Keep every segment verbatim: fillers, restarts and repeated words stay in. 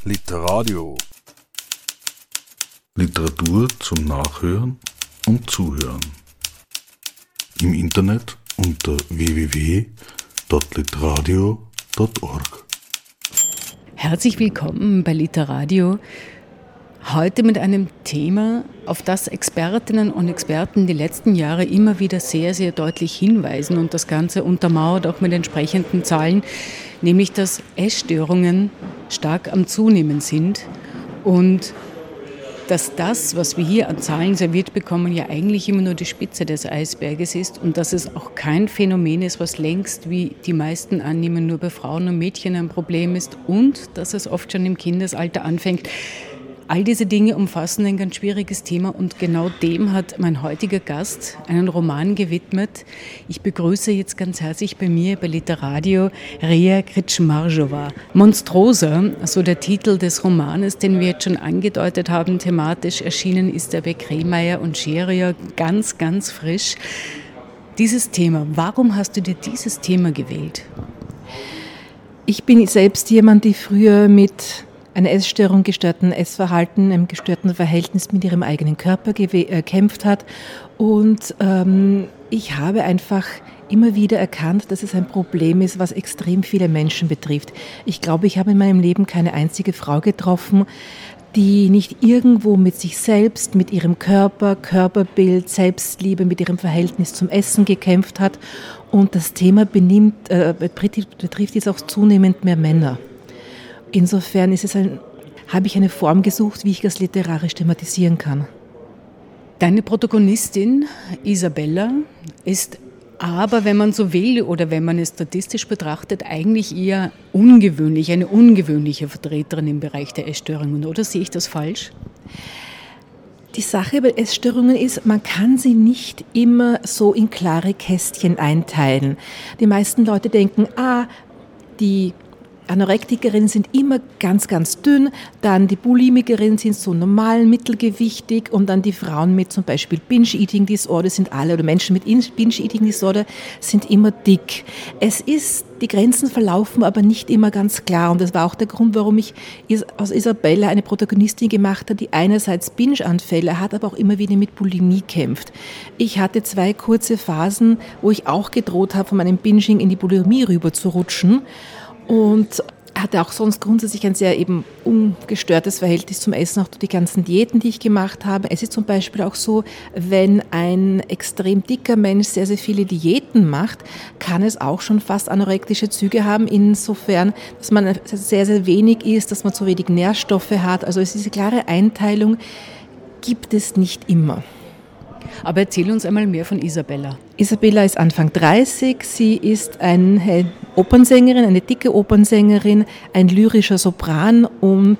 Literadio. Literatur zum Nachhören und Zuhören. Im Internet unter w w w punkt literadio punkt org. Herzlich willkommen bei Literadio. Heute mit einem Thema, auf das Expertinnen und Experten die letzten Jahre immer wieder sehr, sehr deutlich hinweisen und das Ganze untermauert auch mit entsprechenden Zahlen, nämlich dass Essstörungen stark am Zunehmen sind und dass das, was wir hier an Zahlen serviert bekommen, ja eigentlich immer nur die Spitze des Eisberges ist und dass es auch kein Phänomen ist, was längst, wie die meisten annehmen, nur bei Frauen und Mädchen ein Problem ist und dass es oft schon im Kindesalter anfängt. All diese Dinge umfassen ein ganz schwieriges Thema und genau dem hat mein heutiger Gast einen Roman gewidmet. Ich begrüße jetzt ganz herzlich bei mir bei Literadio Rea Kritschmarschowa. Monstrosa, so der Titel des Romanes, den wir jetzt schon angedeutet haben, thematisch erschienen ist er bei Kremeyer und Scherier, ganz, ganz frisch. Dieses Thema, warum hast du dir dieses Thema gewählt? Ich bin selbst jemand, die früher mit einer Essstörung, gestörten Essverhalten, einem gestörten Verhältnis mit ihrem eigenen Körper gekämpft hat. Und ähm, ich habe einfach immer wieder erkannt, dass es ein Problem ist, was extrem viele Menschen betrifft. Ich glaube, ich habe in meinem Leben keine einzige Frau getroffen, die nicht irgendwo mit sich selbst, mit ihrem Körper, Körperbild, Selbstliebe, mit ihrem Verhältnis zum Essen gekämpft hat. Und das Thema benimmt, äh, betrifft, betrifft jetzt auch zunehmend mehr Männer. Insofern ist es ein, habe ich eine Form gesucht, wie ich das literarisch thematisieren kann. Deine Protagonistin Isabella ist aber, wenn man so will oder wenn man es statistisch betrachtet, eigentlich eher ungewöhnlich, eine ungewöhnliche Vertreterin im Bereich der Essstörungen, oder sehe ich das falsch? Die Sache bei Essstörungen ist, man kann sie nicht immer so in klare Kästchen einteilen. Die meisten Leute denken, ah, die Anorektikerinnen sind immer ganz, ganz dünn, dann die Bulimikerinnen sind so normal, mittelgewichtig und dann die Frauen mit zum Beispiel Binge-Eating Disorder sind alle, oder Menschen mit Binge-Eating Disorder sind immer dick. Es ist, die Grenzen verlaufen aber nicht immer ganz klar und das war auch der Grund, warum ich aus Isabella eine Protagonistin gemacht habe, die einerseits Binge-Anfälle hat, aber auch immer wieder mit Bulimie kämpft. Ich hatte zwei kurze Phasen, wo ich auch gedroht habe, von meinem Binging in die Bulimie rüber zu rutschen. Und hatte auch sonst grundsätzlich ein sehr eben ungestörtes Verhältnis zum Essen, auch durch die ganzen Diäten, die ich gemacht habe. Es ist zum Beispiel auch so, wenn ein extrem dicker Mensch sehr, sehr viele Diäten macht, kann es auch schon fast anorektische Züge haben, insofern, dass man sehr, sehr wenig isst, dass man zu wenig Nährstoffe hat. Also diese klare Einteilung gibt es nicht immer. Aber erzähl uns einmal mehr von Isabella. Isabella ist Anfang dreißig, sie ist eine Opernsängerin, eine dicke Opernsängerin, ein lyrischer Sopran und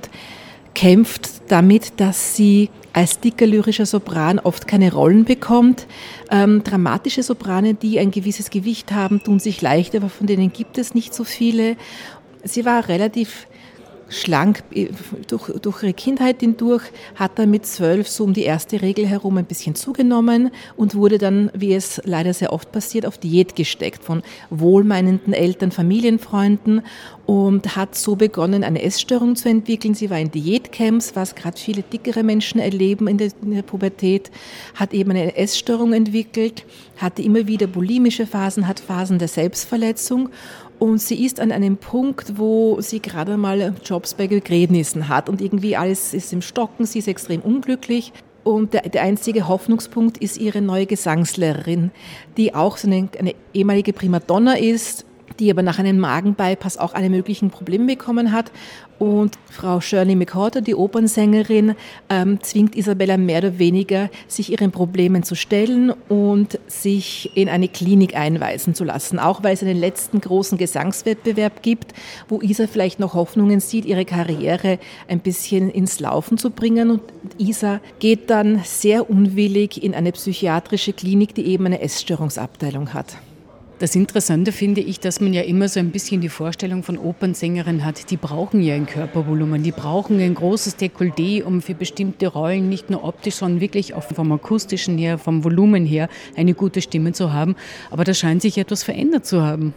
kämpft damit, dass sie als dicker lyrischer Sopran oft keine Rollen bekommt. Ähm, dramatische Soprane, die ein gewisses Gewicht haben, tun sich leicht, aber von denen gibt es nicht so viele. Sie war relativ schlank durch, durch ihre Kindheit hindurch, hat dann mit zwölf so um die erste Regel herum ein bisschen zugenommen und wurde dann, wie es leider sehr oft passiert, auf Diät gesteckt von wohlmeinenden Eltern, Familienfreunden und hat so begonnen, eine Essstörung zu entwickeln. Sie war in Diätcamps, was gerade viele dickere Menschen erleben in der, in der Pubertät, hat eben eine Essstörung entwickelt, hatte immer wieder bulimische Phasen, hat Phasen der Selbstverletzung. Und sie ist an einem Punkt, wo sie gerade mal Jobs bei Begräbnissen hat und irgendwie alles ist im Stocken, sie ist extrem unglücklich. Und der, der einzige Hoffnungspunkt ist ihre neue Gesangslehrerin, die auch so eine, eine ehemalige Primadonna ist, die aber nach einem Magenbypass auch alle möglichen Probleme bekommen hat. Und Frau Shirley McCorder, die Opernsängerin, ähm, zwingt Isabella mehr oder weniger, sich ihren Problemen zu stellen und sich in eine Klinik einweisen zu lassen. Auch weil es einen letzten großen Gesangswettbewerb gibt, wo Isa vielleicht noch Hoffnungen sieht, ihre Karriere ein bisschen ins Laufen zu bringen. Und Isa geht dann sehr unwillig in eine psychiatrische Klinik, die eben eine Essstörungsabteilung hat. Das Interessante finde ich, dass man ja immer so ein bisschen die Vorstellung von Opernsängerinnen hat, die brauchen ja ein Körpervolumen, die brauchen ein großes Dekolleté, um für bestimmte Rollen nicht nur optisch, sondern wirklich auch vom akustischen her, vom Volumen her eine gute Stimme zu haben. Aber da scheint sich etwas verändert zu haben.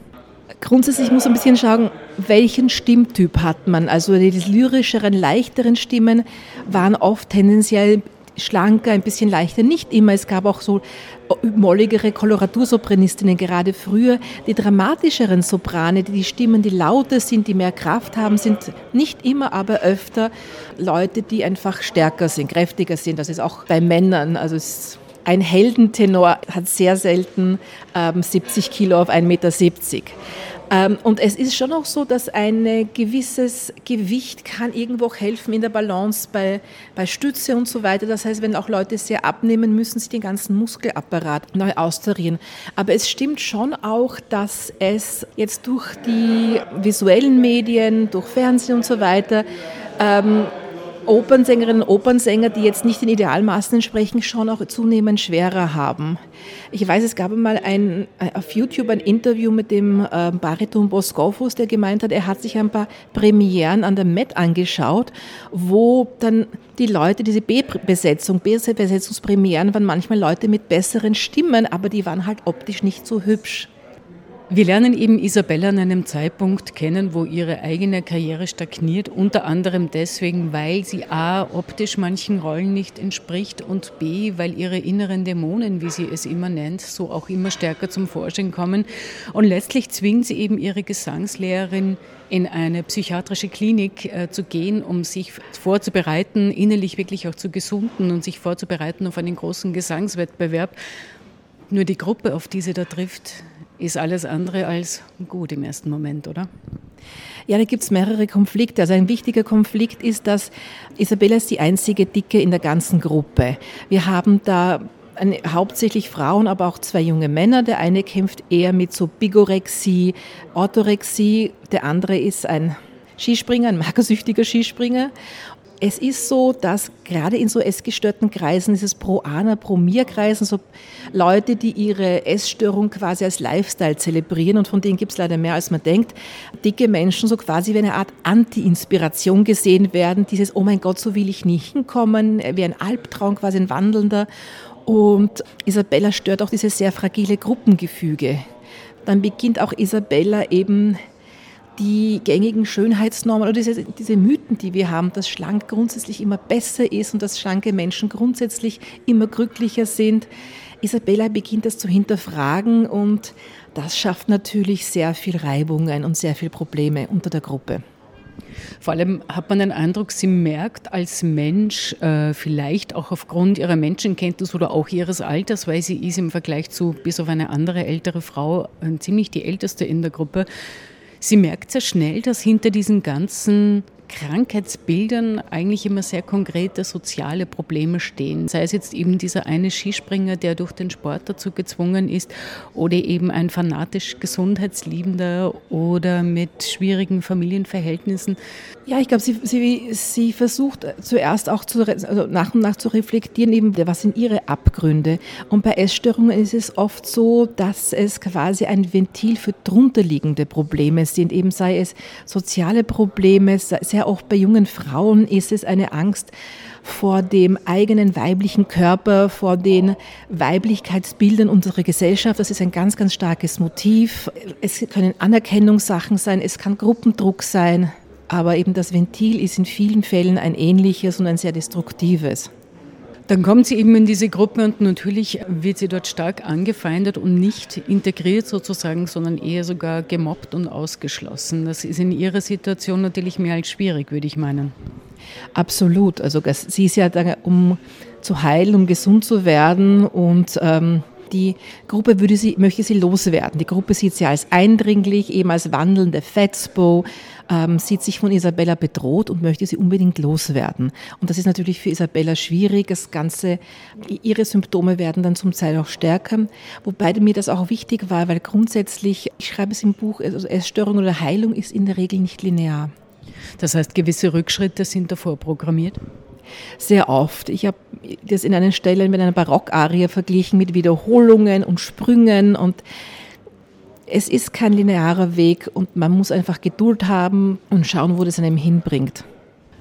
Grundsätzlich muss man ein bisschen schauen, welchen Stimmtyp hat man. Also die lyrischeren, leichteren Stimmen waren oft tendenziell schlanker, ein bisschen leichter. Nicht immer, es gab auch so molligere Koloratursopranistinnen, gerade früher. Die dramatischeren Soprane, die, die Stimmen, die lauter sind, die mehr Kraft haben, sind nicht immer, aber öfter Leute, die einfach stärker sind, kräftiger sind. Das ist auch bei Männern. Also es, ein Heldentenor hat sehr selten ähm, siebzig Kilo auf ein Meter siebzig. Ähm, und es ist schon auch so, dass ein gewisses Gewicht kann irgendwo auch helfen in der Balance bei, bei Stütze und so weiter. Das heißt, wenn auch Leute sehr abnehmen, müssen sie den ganzen Muskelapparat neu austarieren. Aber es stimmt schon auch, dass es jetzt durch die visuellen Medien, durch Fernsehen und so weiter, ähm, Opernsängerinnen und Opernsänger, die jetzt nicht den Idealmaßen entsprechen, schon auch zunehmend schwerer haben. Ich weiß, es gab einmal ein, auf YouTube ein Interview mit dem äh, Bariton Boskopoulos, der gemeint hat, er hat sich ein paar Premieren an der Met angeschaut, wo dann die Leute, diese B-Besetzung, B-Besetzungspremieren waren manchmal Leute mit besseren Stimmen, aber die waren halt optisch nicht so hübsch. Wir lernen eben Isabella an einem Zeitpunkt kennen, wo ihre eigene Karriere stagniert, unter anderem deswegen, weil sie a. optisch manchen Rollen nicht entspricht und b. weil ihre inneren Dämonen, wie sie es immer nennt, so auch immer stärker zum Vorschein kommen. Und letztlich zwingt sie eben ihre Gesangslehrerin in eine psychiatrische Klinik äh, zu gehen, um sich vorzubereiten, innerlich wirklich auch zu gesunden und sich vorzubereiten auf einen großen Gesangswettbewerb. Nur die Gruppe, auf die sie da trifft, ist alles andere als gut im ersten Moment, oder? Ja, da gibt es mehrere Konflikte. Also ein wichtiger Konflikt ist, dass Isabella ist die einzige Dicke in der ganzen Gruppe. Wir haben da eine, hauptsächlich Frauen, aber auch zwei junge Männer. Der eine kämpft eher mit so Bigorexie, Orthorexie. Der andere ist ein Skispringer, ein magersüchtiger Skispringer. Es ist so, dass gerade in so essgestörten Kreisen, dieses Pro-Ana, Pro-Mir-Kreisen, so Leute, die ihre Essstörung quasi als Lifestyle zelebrieren, und von denen gibt es leider mehr, als man denkt, dicke Menschen so quasi wie eine Art Anti-Inspiration gesehen werden, dieses, oh mein Gott, so will ich nie hinkommen, wie ein Albtraum, quasi ein wandelnder. Und Isabella stört auch dieses sehr fragile Gruppengefüge. Dann beginnt auch Isabella eben die gängigen Schönheitsnormen oder diese, diese Mythen, die wir haben, dass schlank grundsätzlich immer besser ist und dass schlanke Menschen grundsätzlich immer glücklicher sind. Isabella beginnt das zu hinterfragen und das schafft natürlich sehr viel Reibungen und sehr viel Probleme unter der Gruppe. Vor allem hat man den Eindruck, sie merkt als Mensch, äh, vielleicht auch aufgrund ihrer Menschenkenntnis oder auch ihres Alters, weil sie ist im Vergleich zu bis auf eine andere ältere Frau äh, ziemlich die älteste in der Gruppe. Sie merkt sehr schnell, dass hinter diesen ganzen Krankheitsbildern eigentlich immer sehr konkrete soziale Probleme stehen. Sei es jetzt eben dieser eine Skispringer, der durch den Sport dazu gezwungen ist, oder eben ein fanatisch Gesundheitsliebender oder mit schwierigen Familienverhältnissen. Ja, ich glaube, sie, sie, sie versucht zuerst auch zu, also nach und nach zu reflektieren, eben, was sind ihre Abgründe. Und bei Essstörungen ist es oft so, dass es quasi ein Ventil für drunterliegende Probleme sind, eben sei es soziale Probleme, sehr auch bei jungen Frauen ist es eine Angst vor dem eigenen weiblichen Körper, vor den Weiblichkeitsbildern unserer Gesellschaft. Das ist ein ganz, ganz starkes Motiv. Es können Anerkennungssachen sein, es kann Gruppendruck sein, aber eben das Ventil ist in vielen Fällen ein ähnliches und ein sehr destruktives. Dann kommt sie eben in diese Gruppe und natürlich wird sie dort stark angefeindet und nicht integriert sozusagen, sondern eher sogar gemobbt und ausgeschlossen. Das ist in ihrer Situation natürlich mehr als schwierig, würde ich meinen. Absolut. Also sie ist ja da, um zu heilen, um gesund zu werden, und ähm, die Gruppe würde sie, möchte sie loswerden. Die Gruppe sieht sie als eindringlich, eben als wandelnde Fetspo, ähm, sieht sich von Isabella bedroht und möchte sie unbedingt loswerden. Und das ist natürlich für Isabella schwierig. Das Ganze, ihre Symptome werden dann zum Teil auch stärker. Wobei mir das auch wichtig war, weil grundsätzlich, ich schreibe es im Buch, also Essstörung oder Heilung ist in der Regel nicht linear. Das heißt, gewisse Rückschritte sind davor programmiert? Sehr oft. Ich habe das in einer Stelle mit einer Barockarie verglichen mit Wiederholungen und Sprüngen, und es ist kein linearer Weg und man muss einfach Geduld haben und schauen, wo das einem hinbringt.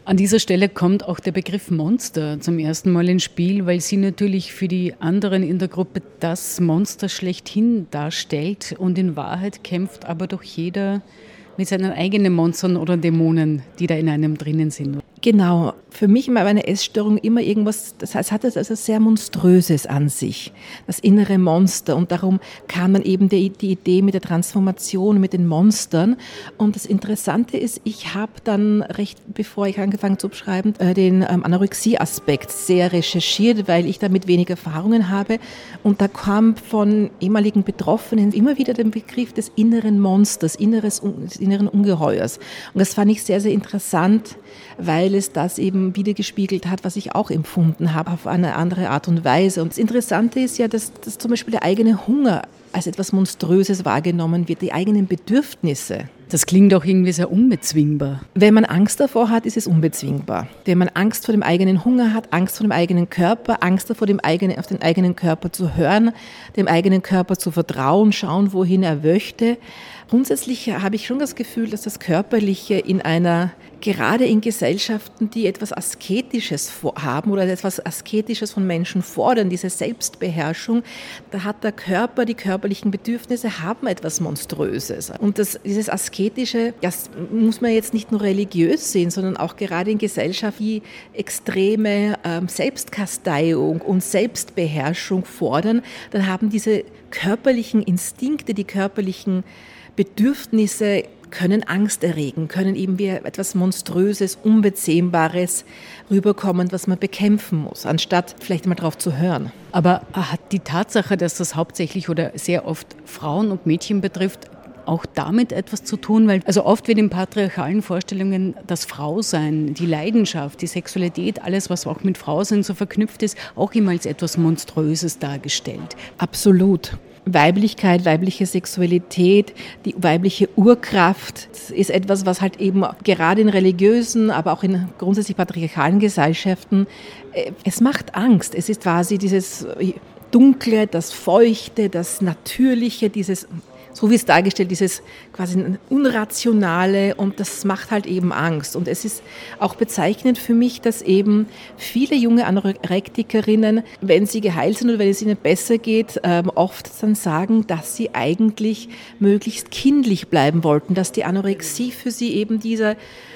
An dieser Stelle kommt auch der Begriff Monster zum ersten Mal ins Spiel, weil sie natürlich für die anderen in der Gruppe das Monster schlechthin darstellt und in Wahrheit kämpft aber doch jeder mit seinen eigenen Monstern oder Dämonen, die da in einem drinnen sind. Genau. Für mich war eine Essstörung immer irgendwas, das heißt, es hat also sehr Monströses an sich, das innere Monster. Und darum kam dann eben die, die Idee mit der Transformation, mit den Monstern. Und das Interessante ist, ich habe dann recht, bevor ich angefangen zu schreiben, den ähm, Anorexie-Aspekt sehr recherchiert, weil ich damit wenig Erfahrungen habe. Und da kam von ehemaligen Betroffenen immer wieder der Begriff des inneren Monsters, inneres, des inneren Ungeheuers. Und das fand ich sehr, sehr interessant, weil es das eben wiedergespiegelt hat, was ich auch empfunden habe, auf eine andere Art und Weise. Und das Interessante ist ja, dass, dass zum Beispiel der eigene Hunger als etwas Monströses wahrgenommen wird, die eigenen Bedürfnisse. Das klingt auch irgendwie sehr unbezwingbar. Wenn man Angst davor hat, ist es unbezwingbar. Wenn man Angst vor dem eigenen Hunger hat, Angst vor dem eigenen Körper, Angst davor, dem eigenen, auf den eigenen Körper zu hören, dem eigenen Körper zu vertrauen, schauen, wohin er möchte. Grundsätzlich habe ich schon das Gefühl, dass das Körperliche in einer, gerade in Gesellschaften, die etwas Asketisches haben oder etwas Asketisches von Menschen fordern, diese Selbstbeherrschung, da hat der Körper, die körperlichen Bedürfnisse haben etwas Monströses. Und das, dieses Asketische, das muss man jetzt nicht nur religiös sehen, sondern auch gerade in Gesellschaften, die extreme ähm, Selbstkasteiung und Selbstbeherrschung fordern, dann haben diese körperlichen Instinkte, die körperlichen Bedürfnisse können Angst erregen, können eben wie etwas Monströses, Unbezähmbares rüberkommen, was man bekämpfen muss, anstatt vielleicht mal drauf zu hören. Aber hat die Tatsache, dass das hauptsächlich oder sehr oft Frauen und Mädchen betrifft, auch damit etwas zu tun? Weil also oft wird in patriarchalen Vorstellungen das Frausein, die Leidenschaft, die Sexualität, alles, was auch mit Frausein so verknüpft ist, auch immer als etwas Monströses dargestellt. Absolut. Weiblichkeit, weibliche Sexualität, die weibliche Urkraft ist etwas, was halt eben gerade in religiösen, aber auch in grundsätzlich patriarchalen Gesellschaften, es macht Angst. Es ist quasi dieses Dunkle, das Feuchte, das Natürliche, dieses, so wie es dargestellt, dieses quasi Unrationale, und das macht halt eben Angst. Und es ist auch bezeichnend für mich, dass eben viele junge Anorektikerinnen, wenn sie geheilt sind oder wenn es ihnen besser geht, oft dann sagen, dass sie eigentlich möglichst kindlich bleiben wollten, dass die Anorexie für sie eben diese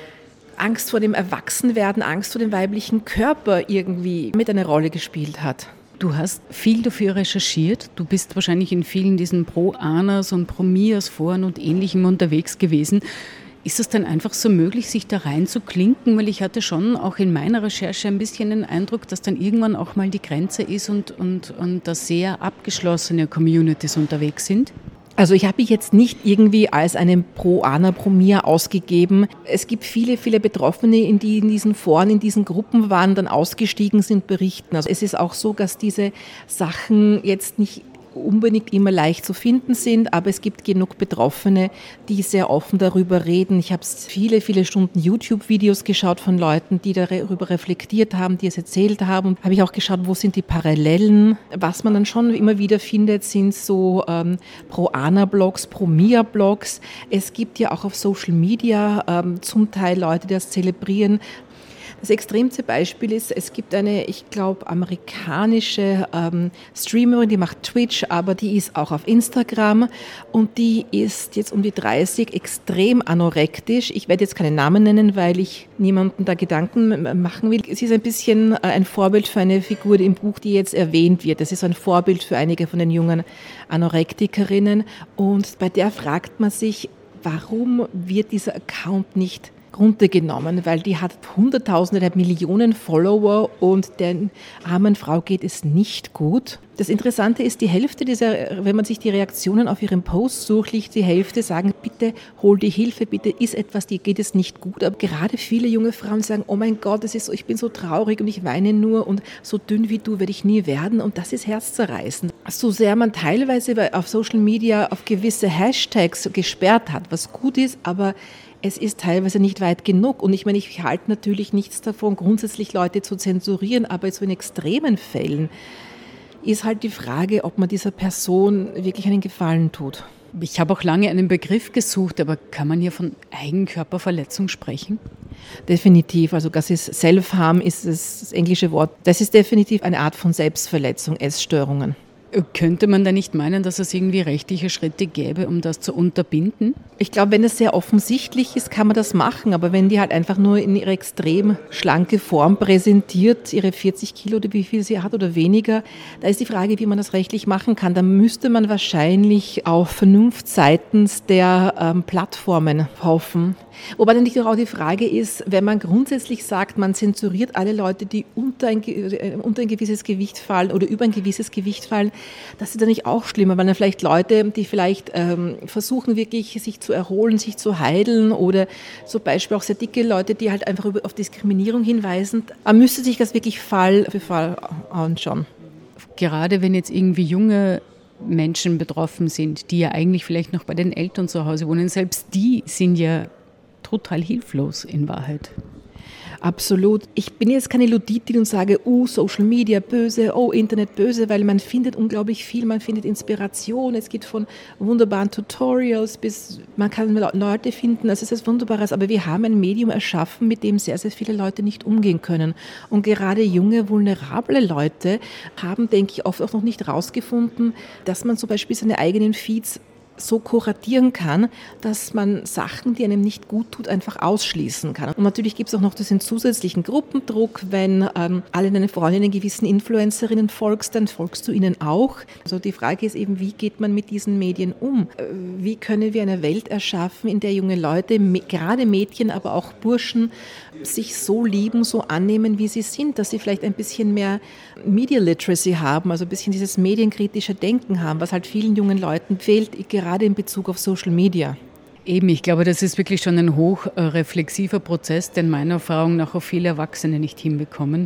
Angst vor dem Erwachsenwerden, Angst vor dem weiblichen Körper irgendwie mit eine Rolle gespielt hat. Du hast viel dafür recherchiert. Du bist wahrscheinlich in vielen diesen Pro-Anas und Pro-Mias-Foren und Ähnlichem unterwegs gewesen. Ist es dann einfach so möglich, sich da reinzuklinken? Weil ich hatte schon auch in meiner Recherche ein bisschen den Eindruck, dass dann irgendwann auch mal die Grenze ist und, und, und da sehr abgeschlossene Communities unterwegs sind. Also ich habe mich jetzt nicht irgendwie als eine Pro-Ana, Pro-Mia ausgegeben. Es gibt viele, viele Betroffene, die in diesen Foren, in diesen Gruppen waren, dann ausgestiegen sind, berichten. Also es ist auch so, dass diese Sachen jetzt nicht unbedingt immer leicht zu finden sind, aber es gibt genug Betroffene, die sehr offen darüber reden. Ich habe viele, viele Stunden YouTube-Videos geschaut von Leuten, die darüber reflektiert haben, die es erzählt haben. Und habe ich auch geschaut, wo sind die Parallelen. Was man dann schon immer wieder findet, sind so ähm, Pro-Ana-Blogs, Pro-Mia-Blogs. Es gibt ja auch auf Social Media ähm, zum Teil Leute, die das zelebrieren. Das extremste Beispiel ist, es gibt eine, ich glaube, amerikanische ähm, Streamerin, die macht Twitch, aber die ist auch auf Instagram und die ist jetzt um die dreißig, extrem anorektisch. Ich werde jetzt keinen Namen nennen, weil ich niemandem da Gedanken machen will. Sie ist ein bisschen ein Vorbild für eine Figur im Buch, die jetzt erwähnt wird. Das ist ein Vorbild für einige von den jungen Anorektikerinnen und bei der fragt man sich, warum wird dieser Account nicht runtergenommen, weil die hat Hunderttausende, hat Millionen Follower und der armen Frau geht es nicht gut. Das Interessante ist, die Hälfte dieser, wenn man sich die Reaktionen auf ihren Post sucht, die Hälfte sagen, bitte hol die Hilfe, bitte ist etwas, dir geht es nicht gut. Aber gerade viele junge Frauen sagen, oh mein Gott, das ist so, ich bin so traurig und ich weine nur und so dünn wie du werde ich nie werden und das ist herzzerreißend. So sehr man teilweise auf Social Media auf gewisse Hashtags gesperrt hat, was gut ist, aber es ist teilweise nicht weit genug. Und ich meine, ich halte natürlich nichts davon, grundsätzlich Leute zu zensurieren, aber so in extremen Fällen ist halt die Frage, ob man dieser Person wirklich einen Gefallen tut. Ich habe auch lange einen Begriff gesucht, aber kann man hier von Eigenkörperverletzung sprechen? Definitiv, also das ist Self-Harm, ist das englische Wort. Das ist definitiv eine Art von Selbstverletzung, Essstörungen. Könnte man da nicht meinen, dass es irgendwie rechtliche Schritte gäbe, um das zu unterbinden? Ich glaube, wenn es sehr offensichtlich ist, kann man das machen. Aber wenn die halt einfach nur in ihrer extrem schlanke Form präsentiert, ihre vierzig Kilo oder wie viel sie hat oder weniger, da ist die Frage, wie man das rechtlich machen kann. Da müsste man wahrscheinlich auf Vernunft seitens der ähm, Plattformen hoffen. Wobei dann natürlich auch die Frage ist, wenn man grundsätzlich sagt, man zensuriert alle Leute, die unter ein, unter ein gewisses Gewicht fallen oder über ein gewisses Gewicht fallen, das ist dann nicht auch schlimmer, weil dann vielleicht Leute, die vielleicht ähm, versuchen wirklich sich zu erholen, sich zu heilen oder zum Beispiel auch sehr dicke Leute, die halt einfach auf Diskriminierung hinweisen, man müsste sich das wirklich Fall für Fall anschauen. Gerade wenn jetzt irgendwie junge Menschen betroffen sind, die ja eigentlich vielleicht noch bei den Eltern zu Hause wohnen, selbst die sind ja total hilflos in Wahrheit. Absolut. Ich bin jetzt keine Luditin und sage, oh, Social Media böse, oh, Internet böse, weil man findet unglaublich viel, man findet Inspiration, es geht von wunderbaren Tutorials bis, man kann Leute finden, das ist etwas Wunderbares, aber wir haben ein Medium erschaffen, mit dem sehr, sehr viele Leute nicht umgehen können. Und gerade junge, vulnerable Leute haben, denke ich, oft auch noch nicht herausgefunden, dass man zum Beispiel seine eigenen Feeds so kuratieren kann, dass man Sachen, die einem nicht gut tut, einfach ausschließen kann. Und natürlich gibt es auch noch diesen zusätzlichen Gruppendruck, wenn ähm, alle deine Freundinnen gewissen Influencerinnen folgst, dann folgst du ihnen auch. Also die Frage ist eben, wie geht man mit diesen Medien um? Wie können wir eine Welt erschaffen, in der junge Leute, gerade Mädchen, aber auch Burschen, sich so lieben, so annehmen, wie sie sind, dass sie vielleicht ein bisschen mehr Media Literacy haben, also ein bisschen dieses medienkritische Denken haben, was halt vielen jungen Leuten fehlt, gerade in Bezug auf Social Media. Eben, ich glaube, das ist wirklich schon ein hochreflexiver Prozess, den meiner Erfahrung nach auch viele Erwachsene nicht hinbekommen.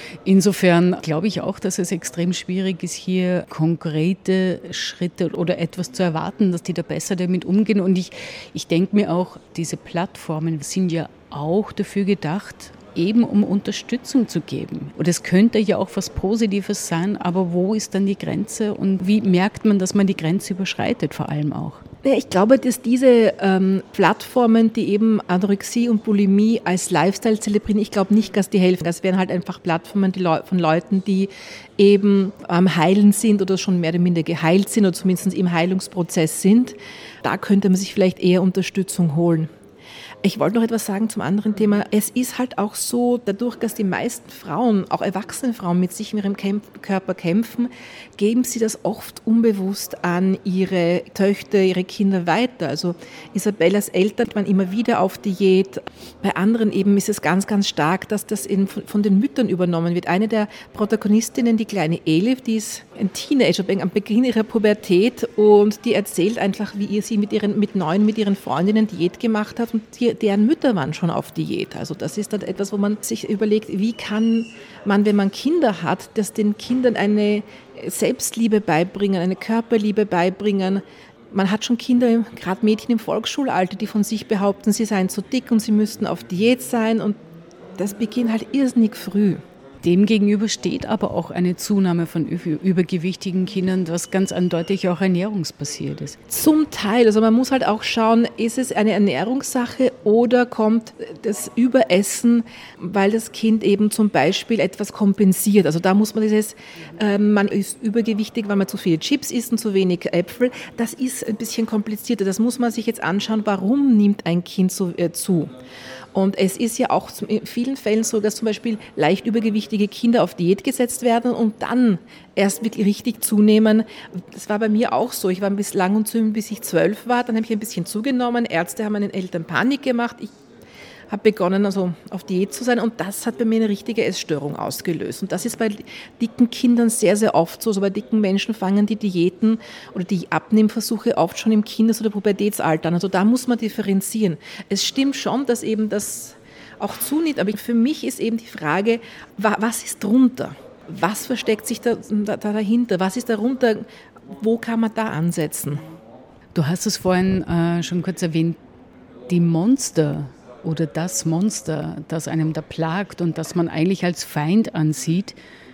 Insofern glaube ich auch, dass es extrem schwierig ist, hier konkrete Schritte oder etwas zu erwarten, dass die da besser damit umgehen. Und ich, ich denke mir auch, diese Plattformen sind ja auch dafür gedacht, eben um Unterstützung zu geben. Und es könnte ja auch was Positives sein, aber wo ist dann die Grenze und wie merkt man, dass man die Grenze überschreitet vor allem auch? Ja, ich glaube, dass diese ähm, Plattformen, die eben Anorexie und Bulimie als Lifestyle zelebrieren, ich glaube nicht, dass die helfen. Das wären halt einfach Plattformen die Leu- von Leuten, die eben am Heilen sind oder schon mehr oder minder geheilt sind oder zumindest im Heilungsprozess sind. Da könnte man sich vielleicht eher Unterstützung holen. Ich wollte noch etwas sagen zum anderen Thema. Es ist halt auch so, dadurch, dass die meisten Frauen, auch erwachsene Frauen, mit sich in ihrem Körper kämpfen, geben sie das oft unbewusst an ihre Töchter, ihre Kinder weiter. Also Isabellas Eltern waren immer wieder auf Diät. Bei anderen eben ist es ganz, ganz stark, dass das in, von den Müttern übernommen wird. Eine der Protagonistinnen, die kleine Elif, die ist ein Teenager am Beginn ihrer Pubertät und die erzählt einfach, wie ihr sie mit ihren mit neun mit ihren Freundinnen Diät gemacht hat und die, deren Mütter waren schon auf Diät. Also das ist dann etwas, wo man sich überlegt, wie kann man, wenn man Kinder hat, das den Kindern eine Selbstliebe beibringen, eine Körperliebe beibringen. Man hat schon Kinder, gerade Mädchen im Volksschulalter, die von sich behaupten, sie seien zu dick und sie müssten auf Diät sein und das beginnt halt irrsinnig früh. Demgegenüber steht aber auch eine Zunahme von übergewichtigen Kindern, was ganz eindeutig auch ernährungsbasiert ist. Zum Teil, also man muss halt auch schauen, ist es eine Ernährungssache oder kommt das Überessen, weil das Kind eben zum Beispiel etwas kompensiert. Also da muss man dieses, äh, man ist übergewichtig, weil man zu viele Chips isst und zu wenig Äpfel, das ist ein bisschen komplizierter. Das muss man sich jetzt anschauen, warum nimmt ein Kind so äh, zu. Und es ist ja auch in vielen Fällen so, dass zum Beispiel leicht übergewichtige Kinder auf Diät gesetzt werden und dann erst wirklich richtig zunehmen. Das war bei mir auch so. Ich war ein bisschen lang und dünn, bis ich zwölf war. Dann habe ich ein bisschen zugenommen. Ärzte haben meinen Eltern Panik gemacht. Ich habe begonnen, also auf Diät zu sein und das hat bei mir eine richtige Essstörung ausgelöst. Und das ist bei dicken Kindern sehr, sehr oft so. Also bei dicken Menschen fangen die Diäten oder die Abnehmversuche oft schon im Kindes- oder Pubertätsalter an. Also da muss man differenzieren. Es stimmt schon, dass eben das auch zunimmt, aber für mich ist eben die Frage, was ist drunter? Was versteckt sich da, da, da dahinter? Was ist darunter? Wo kann man da ansetzen? Du hast es vorhin äh, schon kurz erwähnt, die Monster oder das Monster, das einem da plagt und das man eigentlich als Feind ansieht,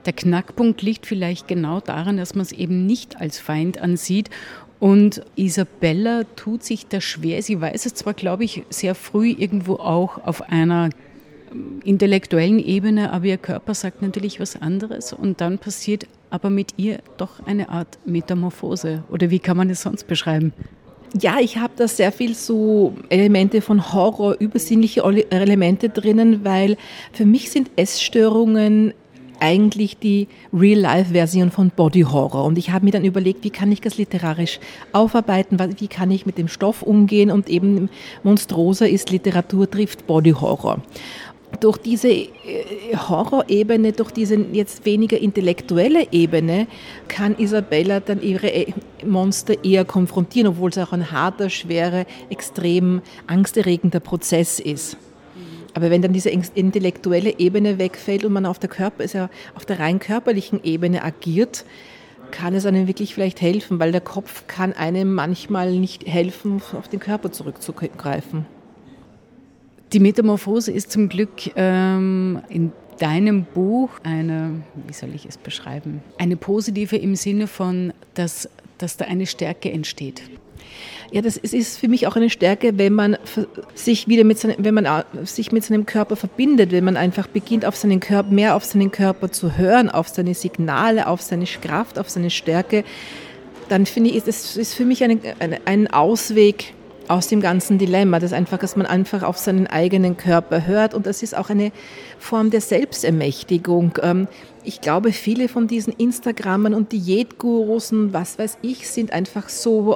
Der Knackpunkt liegt vielleicht genau daran, dass man es eben nicht als Feind ansieht. Und Isabella tut sich da schwer. Sie weiß es zwar, glaube ich, sehr früh irgendwo auch auf einer intellektuellen Ebene, aber ihr Körper sagt natürlich was anderes. Und dann passiert aber mit ihr doch eine Art Metamorphose. Oder wie kann man es sonst beschreiben? Ja, ich habe da sehr viel so Elemente von Horror, übersinnliche Elemente drinnen, weil für mich sind Essstörungen eigentlich die Real-Life-Version von Body Horror. Und ich habe mir dann überlegt, wie kann ich das literarisch aufarbeiten, wie kann ich mit dem Stoff umgehen, und eben monströser ist Literatur trifft Body Horror. Durch diese Horrorebene, durch diese jetzt weniger intellektuelle Ebene kann Isabella dann ihre Monster eher konfrontieren, obwohl es auch ein harter, schwerer, extrem angsterregender Prozess ist. Aber wenn dann diese intellektuelle Ebene wegfällt und man auf der Körper, ist ja auf der rein körperlichen Ebene agiert, kann es einem wirklich vielleicht helfen, weil der Kopf kann einem manchmal nicht helfen, auf den Körper zurückzugreifen. Die Metamorphose ist zum Glück ähm, in deinem Buch eine, wie soll ich es beschreiben, eine positive im Sinne von, dass, dass da eine Stärke entsteht. Ja, das ist, ist für mich auch eine Stärke, wenn man sich wieder mit seinem, wenn man sich mit seinem Körper verbindet, wenn man einfach beginnt, auf seinen Körper, mehr auf seinen Körper zu hören, auf seine Signale, auf seine Kraft, auf seine Stärke, dann finde ich, ist es für mich eine, eine, ein Ausweg aus dem ganzen Dilemma, das einfach, dass man einfach auf seinen eigenen Körper hört, und das ist auch eine Form der Selbstermächtigung. Ich glaube, viele von diesen Instagrammern und Diätgurus und was weiß ich sind einfach so,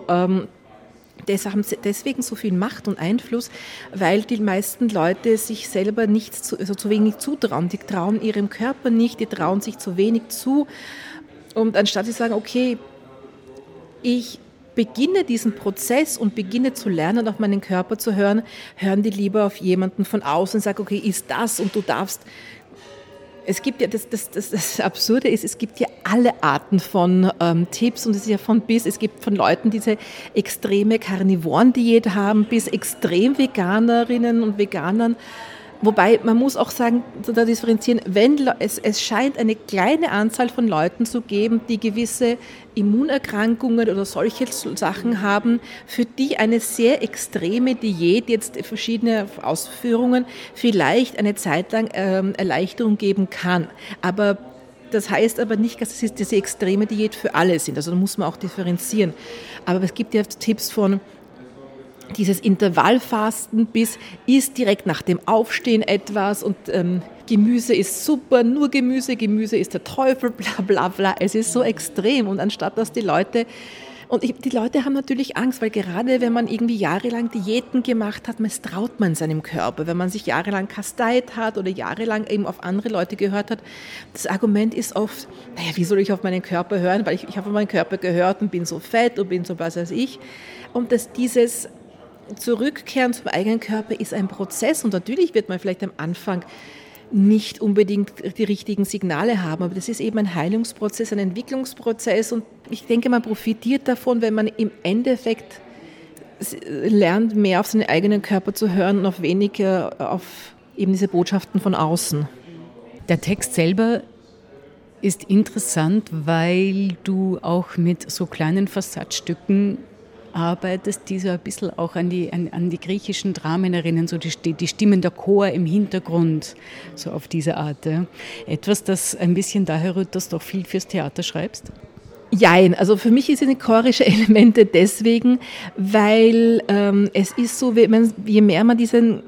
deswegen so viel Macht und Einfluss, weil die meisten Leute sich selber nicht zu, also zu wenig zutrauen. Die trauen ihrem Körper nicht, die trauen sich zu wenig zu, und anstatt sie sagen, okay, ich beginne diesen Prozess und beginne zu lernen, auf meinen Körper zu hören, hören die lieber auf jemanden von außen und sagen, okay, ist das und du darfst. Es gibt ja, das, das, das, das Absurde ist, es gibt ja alle Arten von ähm, Tipps, und es ist ja von bis, es gibt von Leuten, die diese extreme Karnivorendiät haben, bis extrem Veganerinnen und Veganern. Wobei, man muss auch sagen, da differenzieren, wenn es, es scheint eine kleine Anzahl von Leuten zu geben, die gewisse Immunerkrankungen oder solche Sachen haben, für die eine sehr extreme Diät, jetzt verschiedene Ausführungen, vielleicht eine Zeit lang ähm, Erleichterung geben kann. Aber das heißt aber nicht, dass es diese extreme Diät für alle sind. Also da muss man auch differenzieren. Aber es gibt ja Tipps von dieses Intervallfasten bis isst direkt nach dem Aufstehen etwas, und ähm, Gemüse ist super, nur Gemüse, Gemüse ist der Teufel, bla bla bla. Es ist so extrem, und anstatt dass die Leute, und ich, die Leute haben natürlich Angst, weil gerade wenn man irgendwie jahrelang Diäten gemacht hat, misstraut man seinem Körper. Wenn man sich jahrelang kasteit hat oder jahrelang eben auf andere Leute gehört hat, das Argument ist oft, naja, wie soll ich auf meinen Körper hören, weil ich, ich habe auf meinen Körper gehört und bin so fett und bin so was als ich. Und dass dieses Zurückkehren zum eigenen Körper ist ein Prozess, und natürlich wird man vielleicht am Anfang nicht unbedingt die richtigen Signale haben, aber das ist eben ein Heilungsprozess, ein Entwicklungsprozess, und ich denke, man profitiert davon, wenn man im Endeffekt lernt, mehr auf seinen eigenen Körper zu hören und auf weniger auf eben diese Botschaften von außen. Der Text selber ist interessant, weil du auch mit so kleinen Fassadstücken arbeitest, die so ein bisschen auch an die, an, an die griechischen Dramen erinnern, so die, die Stimmen der Chor im Hintergrund, so auf diese Art. Ja. Etwas, das ein bisschen daher rührt, dass du auch viel fürs Theater schreibst? Jein, also für mich sind chorische Elemente deswegen, weil ähm, es ist so, wenn man, je mehr man diesen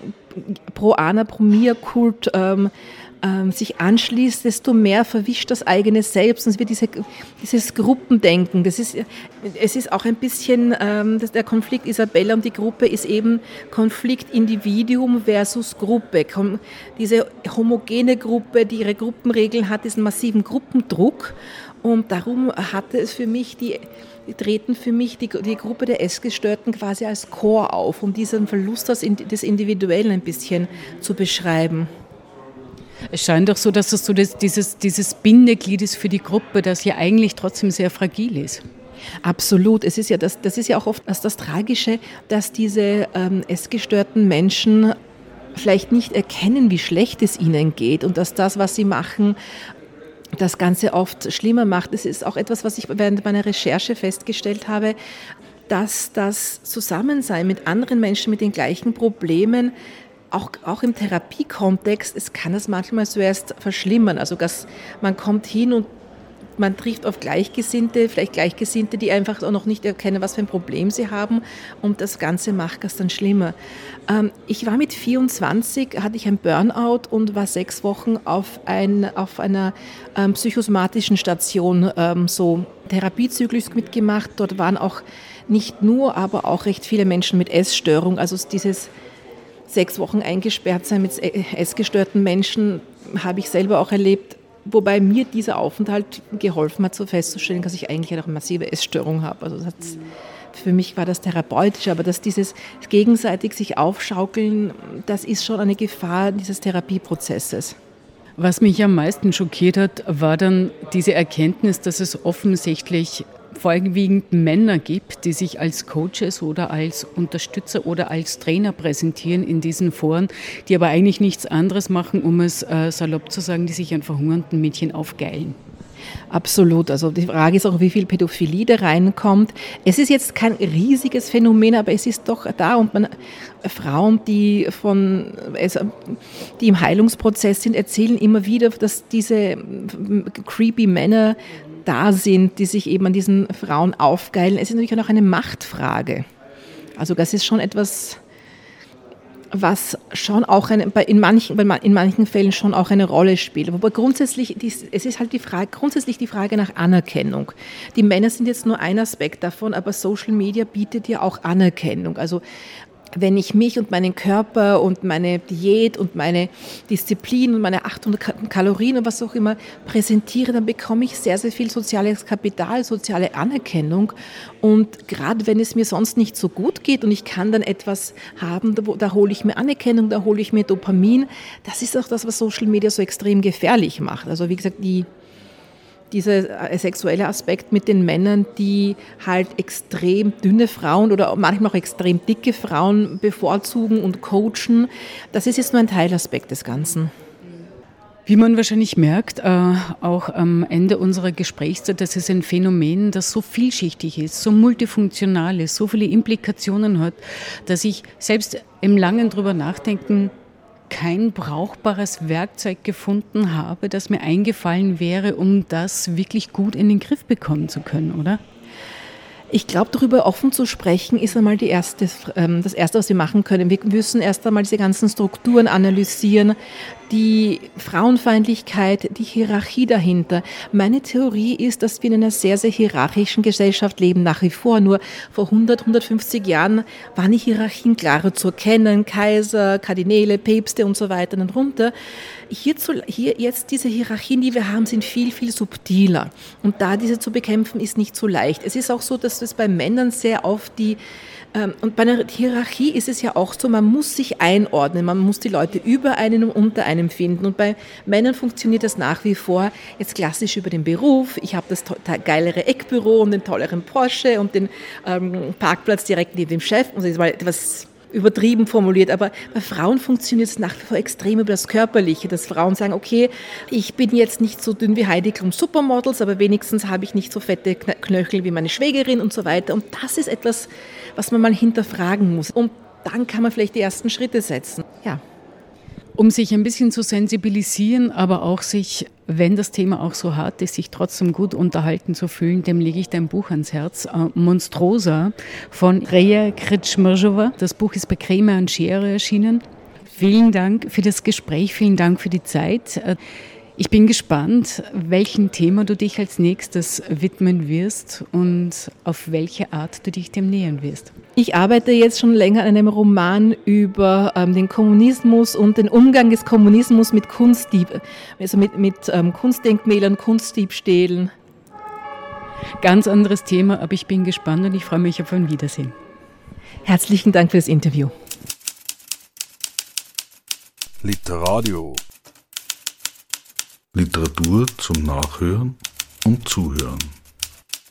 Pro-Ana-Pro-Mia-Kult ähm, sich anschließt, desto mehr verwischt das eigene Selbst, und es wird diese, dieses Gruppendenken. Das ist, es ist auch ein bisschen, ähm, der Konflikt Isabella und die Gruppe ist eben Konflikt Individuum versus Gruppe. Diese homogene Gruppe, die ihre Gruppenregeln hat, diesen massiven Gruppendruck, und darum hatte es für mich die Die treten für mich die, die Gruppe der Essgestörten quasi als Chor auf, um diesen Verlust des Individuellen ein bisschen zu beschreiben. Es scheint doch so, dass es so das, dieses, dieses Bindeglied ist für die Gruppe, das ja eigentlich trotzdem sehr fragil ist. Absolut. Es ist ja das, das ist ja auch oft das, das Tragische, dass diese ähm, essgestörten Menschen vielleicht nicht erkennen, wie schlecht es ihnen geht, und dass das, was sie machen, das Ganze oft schlimmer macht. Es ist auch etwas, was ich während meiner Recherche festgestellt habe, dass das Zusammensein mit anderen Menschen mit den gleichen Problemen, auch, auch im Therapiekontext, es kann es manchmal zuerst verschlimmern. Also dass man kommt hin und man trifft auf Gleichgesinnte, vielleicht Gleichgesinnte, die einfach auch noch nicht erkennen, was für ein Problem sie haben, und das Ganze macht das dann schlimmer. Ähm, ich war mit vierundzwanzig, hatte ich ein Burnout und war sechs Wochen auf, ein, auf einer ähm, psychosomatischen Station, ähm, so Therapiezyklus mitgemacht. Dort waren auch nicht nur, aber auch recht viele Menschen mit Essstörung, also dieses sechs Wochen eingesperrt sein mit essgestörten Menschen habe ich selber auch erlebt. Wobei mir dieser Aufenthalt geholfen hat, so festzustellen, dass ich eigentlich auch eine massive Essstörung habe. Also das für mich war das therapeutisch, aber dass dieses gegenseitig sich aufschaukeln, das ist schon eine Gefahr dieses Therapieprozesses. Was mich am meisten schockiert hat, war dann diese Erkenntnis, dass es offensichtlich vorwiegend Männer gibt, die sich als Coaches oder als Unterstützer oder als Trainer präsentieren in diesen Foren, die aber eigentlich nichts anderes machen, um es äh, salopp zu sagen, die sich an verhungernden Mädchen aufgeilen. Absolut. Also die Frage ist auch, wie viel Pädophilie da reinkommt. Es ist jetzt kein riesiges Phänomen, aber es ist doch da. Und man, Frauen, die, von, also, die im Heilungsprozess sind, erzählen immer wieder, dass diese creepy Männer da sind, die sich eben an diesen Frauen aufgeilen. Es ist natürlich auch noch eine Machtfrage. Also das ist schon etwas, was schon auch eine, in, manchen, in manchen Fällen schon auch eine Rolle spielt. Aber grundsätzlich, es ist halt die Frage, grundsätzlich die Frage nach Anerkennung. Die Männer sind jetzt nur ein Aspekt davon, aber Social Media bietet ja auch Anerkennung. Also wenn ich mich und meinen Körper und meine Diät und meine Disziplin und meine achthundert Kalorien und was auch immer präsentiere, dann bekomme ich sehr, sehr viel soziales Kapital, soziale Anerkennung. Und gerade wenn es mir sonst nicht so gut geht und ich kann dann etwas haben, da, da hole ich mir Anerkennung, da hole ich mir Dopamin. Das ist auch das, was Social Media so extrem gefährlich macht. Also wie gesagt, die dieser sexuelle Aspekt mit den Männern, die halt extrem dünne Frauen oder manchmal auch extrem dicke Frauen bevorzugen und coachen, das ist jetzt nur ein Teilaspekt des Ganzen. Wie man wahrscheinlich merkt, äh, auch am Ende unserer Gesprächszeit, das ist ein Phänomen, das so vielschichtig ist, so multifunktional ist, so viele Implikationen hat, dass ich selbst im langen drüber nachdenken kein brauchbares Werkzeug gefunden habe, das mir eingefallen wäre, um das wirklich gut in den Griff bekommen zu können, oder? Ich glaube, darüber offen zu sprechen, ist einmal die erste, ähm, das Erste, was wir machen können. Wir müssen erst einmal diese ganzen Strukturen analysieren, die Frauenfeindlichkeit, die Hierarchie dahinter. Meine Theorie ist, dass wir in einer sehr, sehr hierarchischen Gesellschaft leben, nach wie vor. Nur vor hundert, hundertfünfzig Jahren waren die Hierarchien klarer zu erkennen. Kaiser, Kardinäle, Päpste und so weiter und runter. Hier, zu, hier jetzt diese Hierarchien, die wir haben, sind viel, viel subtiler. Und da diese zu bekämpfen, ist nicht so leicht. Es ist auch so, dass das bei Männern sehr oft die Und bei einer Hierarchie ist es ja auch so, man muss sich einordnen, man muss die Leute über einen und unter einem finden. Und bei Männern funktioniert das nach wie vor jetzt klassisch über den Beruf. Ich habe das to- geilere Eckbüro und den tolleren Porsche und den ähm, Parkplatz direkt neben dem Chef. Also das ist mal etwas übertrieben formuliert, aber bei Frauen funktioniert es nach wie vor extrem über das Körperliche, dass Frauen sagen, okay, ich bin jetzt nicht so dünn wie Heidi Klum Supermodels, aber wenigstens habe ich nicht so fette Knöchel wie meine Schwägerin und so weiter. Und das ist etwas, was man mal hinterfragen muss. Und dann kann man vielleicht die ersten Schritte setzen. Ja. Um sich ein bisschen zu sensibilisieren, aber auch sich, wenn das Thema auch so hart ist, sich trotzdem gut unterhalten zu fühlen, dem lege ich dein Buch ans Herz. Monstrosa von Reja Kretschmerzova. Das Buch ist bei Crema und Schere erschienen. Vielen Dank für das Gespräch, vielen Dank für die Zeit. Ich bin gespannt, welchem Thema du dich als nächstes widmen wirst und auf welche Art du dich dem nähern wirst. Ich arbeite jetzt schon länger an einem Roman über ähm, den Kommunismus und den Umgang des Kommunismus mit Kunstdieb, also mit, mit ähm, Kunstdenkmälern, Kunstdiebstählen. Ganz anderes Thema, aber ich bin gespannt und ich freue mich auf ein Wiedersehen. Herzlichen Dank für das Interview. Literadio. Literatur zum Nachhören und Zuhören.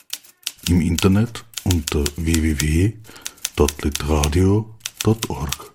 Im Internet unter w w w punkt literadio punkt org.